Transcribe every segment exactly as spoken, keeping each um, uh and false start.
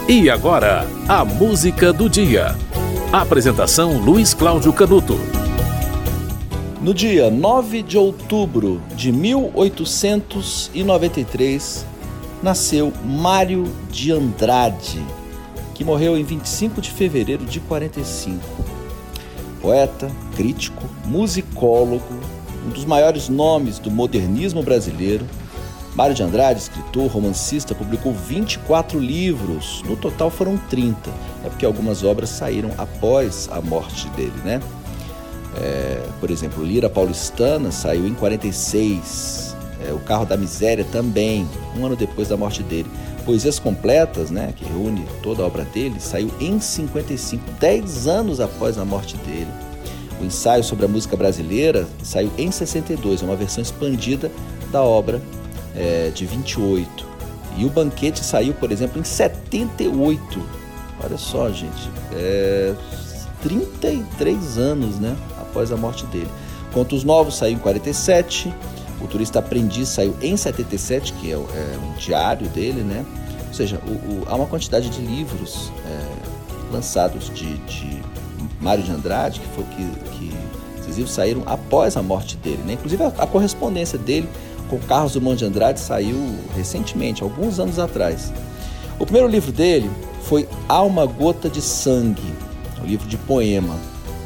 E agora, a música do dia. Apresentação Luiz Cláudio Canuto. No dia nove de outubro de mil oitocentos e noventa e três, nasceu Mário de Andrade, que morreu em vinte e cinco de fevereiro de quarenta e cinco. Poeta, crítico, musicólogo, um dos maiores nomes do modernismo brasileiro, Mário de Andrade, escritor, romancista, publicou vinte e quatro livros, no total foram trinta, é porque algumas obras saíram após a morte dele, né? É, por exemplo, Lira Paulistana saiu em quarenta e seis, é, O Carro da Miséria também, um ano depois da morte dele. Poesias Completas, né, que reúne toda a obra dele, saiu em cinquenta e cinco, dez anos após a morte dele. O Ensaio sobre a Música Brasileira saiu em sessenta e dois, é uma versão expandida da obra é, de vinte e oito. E O Banquete saiu, por exemplo, em setenta e oito. Olha só, gente, é trinta e três anos, né, após a morte dele. Contos Novos saiu em quarenta e sete. O Turista Aprendiz saiu em setenta e sete, que é, é um diário dele, né? Ou seja, o, o, há uma quantidade de livros é, lançados de, de Mário de Andrade, que, foi, que, que esses livros saíram após a morte dele, né? Inclusive a, a correspondência dele com Carlos Drummond de Andrade saiu recentemente, alguns anos atrás. O primeiro livro dele foi Há uma Gota de Sangue, um livro de poema.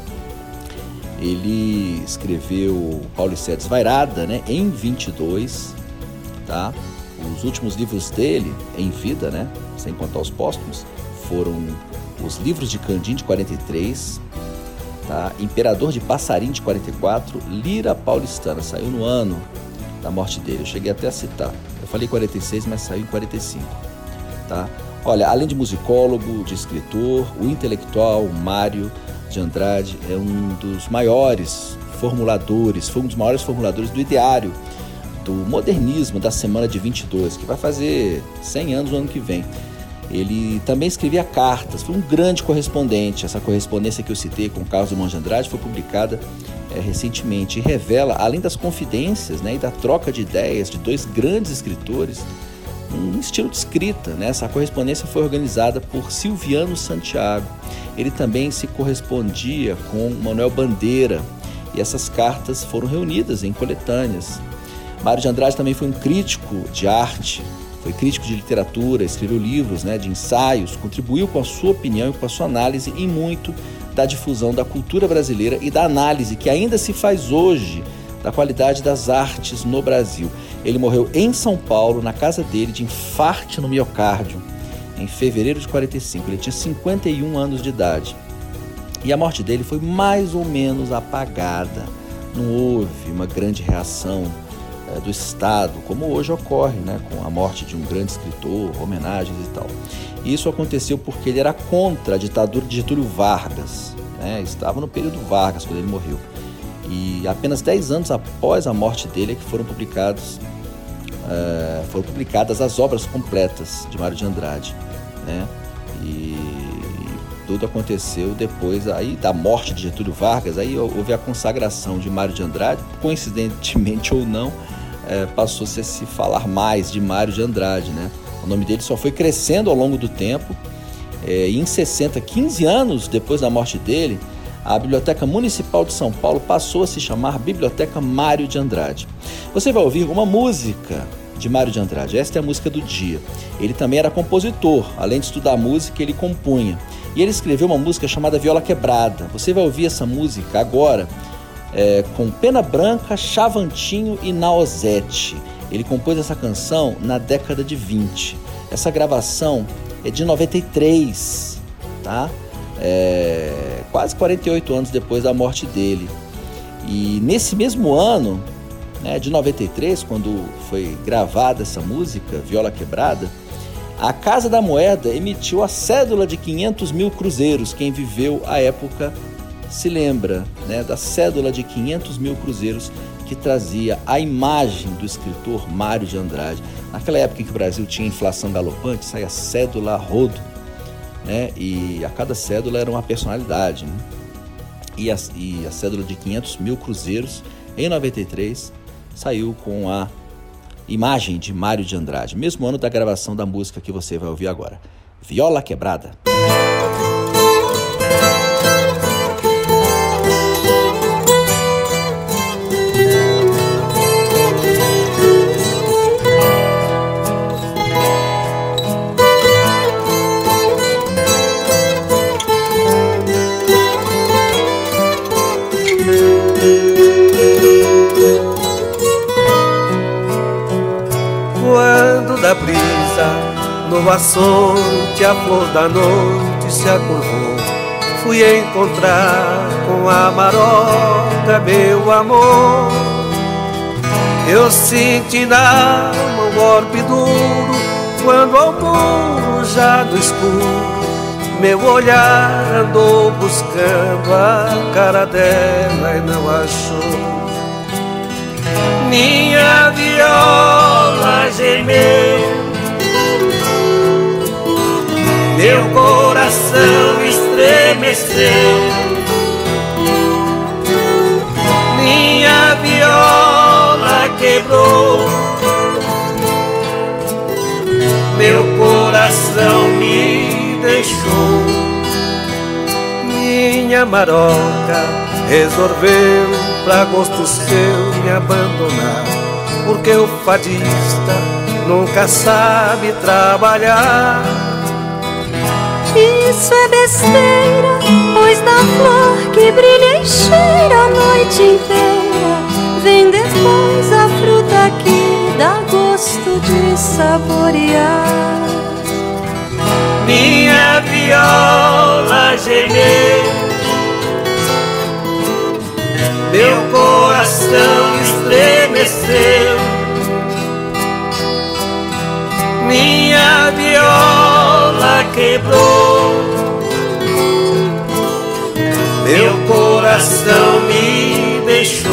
Ele escreveu Paulicéia Desvairada, né, em vinte e dois, tá? Os últimos livros dele, em vida, né, sem contar os póstumos, foram os livros de Candim, de quarenta e três, tá? Imperador de Passarim, de quarenta e quatro, Lira Paulistana, saiu no ano da morte dele. Eu cheguei até a citar. Eu falei quarenta e seis, mas saiu em quarenta e cinco, tá? Olha, além de musicólogo, de escritor, o intelectual Mário de Andrade é um dos maiores formuladores, foi um dos maiores formuladores do ideário do modernismo da Semana de vinte e dois, que vai fazer cem anos no ano que vem. Ele também escrevia cartas, foi um grande correspondente. Essa correspondência que eu citei com Carlos Drummond de Andrade foi publicada é, recentemente e revela, além das confidências, né, e da troca de ideias de dois grandes escritores, um estilo de escrita, né? Essa correspondência foi organizada por Silviano Santiago. Ele também se correspondia com Manuel Bandeira e essas cartas foram reunidas em coletâneas. Mário de Andrade também foi um crítico de arte, foi crítico de literatura, escreveu livros, né, de ensaios, contribuiu com a sua opinião e com a sua análise em muito da difusão da cultura brasileira e da análise que ainda se faz hoje da qualidade das artes no Brasil. Ele morreu em São Paulo, na casa dele, de infarto no miocárdio, em fevereiro de quarenta e cinco. Ele tinha cinquenta e um anos de idade. E a morte dele foi mais ou menos apagada. Não houve uma grande reação é, do Estado, como hoje ocorre, né, com a morte de um grande escritor, homenagens e tal. E isso aconteceu porque ele era contra a ditadura de Getúlio Vargas, né? Estava no período Vargas quando ele morreu. E apenas dez anos após a morte dele é que foram publicados, uh, foram publicadas as obras completas de Mário de Andrade, né? E tudo aconteceu depois aí da morte de Getúlio Vargas. Aí houve a consagração de Mário de Andrade, coincidentemente ou não, uh, passou-se a se falar mais de Mário de Andrade, né? O nome dele só foi crescendo ao longo do tempo, uh, e em sessenta, quinze anos depois da morte dele, a Biblioteca Municipal de São Paulo passou a se chamar Biblioteca Mário de Andrade. Você vai ouvir uma música de Mário de Andrade, esta é a música do dia. Ele também era compositor, além de estudar música, ele compunha. E ele escreveu uma música chamada Viola Quebrada. Você vai ouvir essa música agora é, com Pena Branca, Chavantinho e Naozete. Ele compôs essa canção na década de vinte. Essa gravação é de noventa e três, tá? É, quase quarenta e oito anos depois da morte dele. E nesse mesmo ano, né, de noventa e três, quando foi gravada essa música, Viola Quebrada, a Casa da Moeda emitiu a cédula de quinhentos mil cruzeiros. Quem viveu a época se lembra, né, da cédula de quinhentos mil cruzeiros que trazia a imagem do escritor Mário de Andrade. Naquela época em que o Brasil tinha inflação galopante, saía cédula a rodo, né? E a cada cédula era uma personalidade, né? E, a, e a cédula de quinhentos mil cruzeiros, em noventa e três, saiu com a imagem de Mário de Andrade, mesmo ano da gravação da música que você vai ouvir agora. Viola Quebrada. Quando da brisa no açoite a flor da noite se acordou, fui encontrar com a maroca meu amor. Eu senti na mão um golpe duro quando ao muro já no escuro meu olhar andou buscando a cara dela e não achou. Minha viola gemeu, meu coração estremeceu. Minha viola quebrou, meu coração me deixou. Minha maroca resolveu pra gosto seu me abandonar, porque o fadista nunca sabe trabalhar. Isso é besteira, pois da flor que brilha e cheira a noite inteira vem depois a fruta que dá gosto de saborear. Minha viola gemeu, meu coração estremeceu. Minha viola quebrou, meu coração me deixou.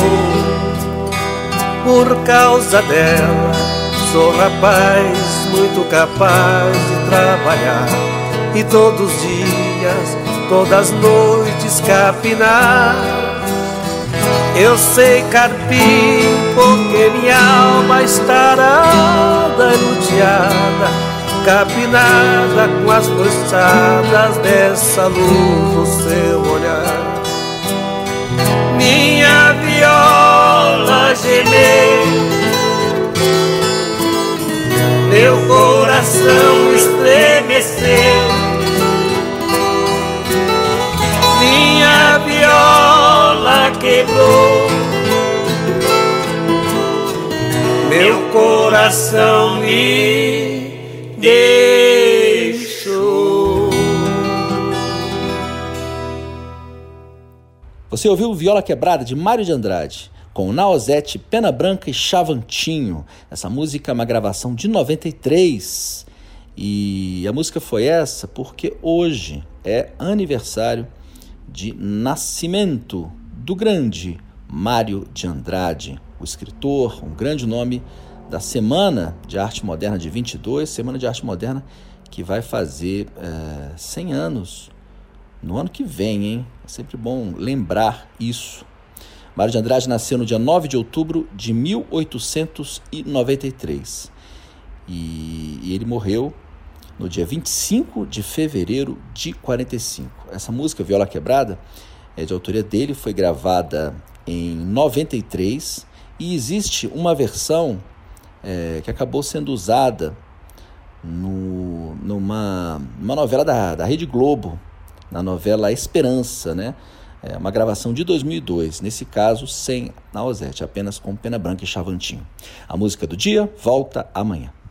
Por causa dela sou rapaz muito capaz de trabalhar, e todos os dias, todas as noites capinar. Eu sei carpir porque minha alma estarada e luteada, capinada com as noitadas dessa luz do seu olhar. Minha viola gemeu, meu coração estremeceu. Minha viola quebrou, meu coração me deixou. Você ouviu Viola Quebrada, de Mário de Andrade, com Nausete, Pena Branca e Chavantinho. Essa música é uma gravação de noventa e três. E a música foi essa porque hoje é aniversário de nascimento do grande Mário de Andrade, o escritor, um grande nome da Semana de Arte Moderna de vinte e dois, Semana de Arte Moderna que vai fazer é, cem anos no ano que vem, hein? É sempre bom lembrar isso. Mário de Andrade nasceu no dia nove de outubro de mil oitocentos e noventa e três e, e ele morreu no dia vinte e cinco de fevereiro de quarenta e cinco. Essa música, Viola Quebrada, é de autoria dele, foi gravada em noventa e três e existe uma versão é, que acabou sendo usada no, numa, numa novela da, da Rede Globo, na novela Esperança, né? É uma gravação de dois mil e dois, nesse caso sem Nausete, apenas com Pena Branca e Chavantinho. A música do dia volta amanhã.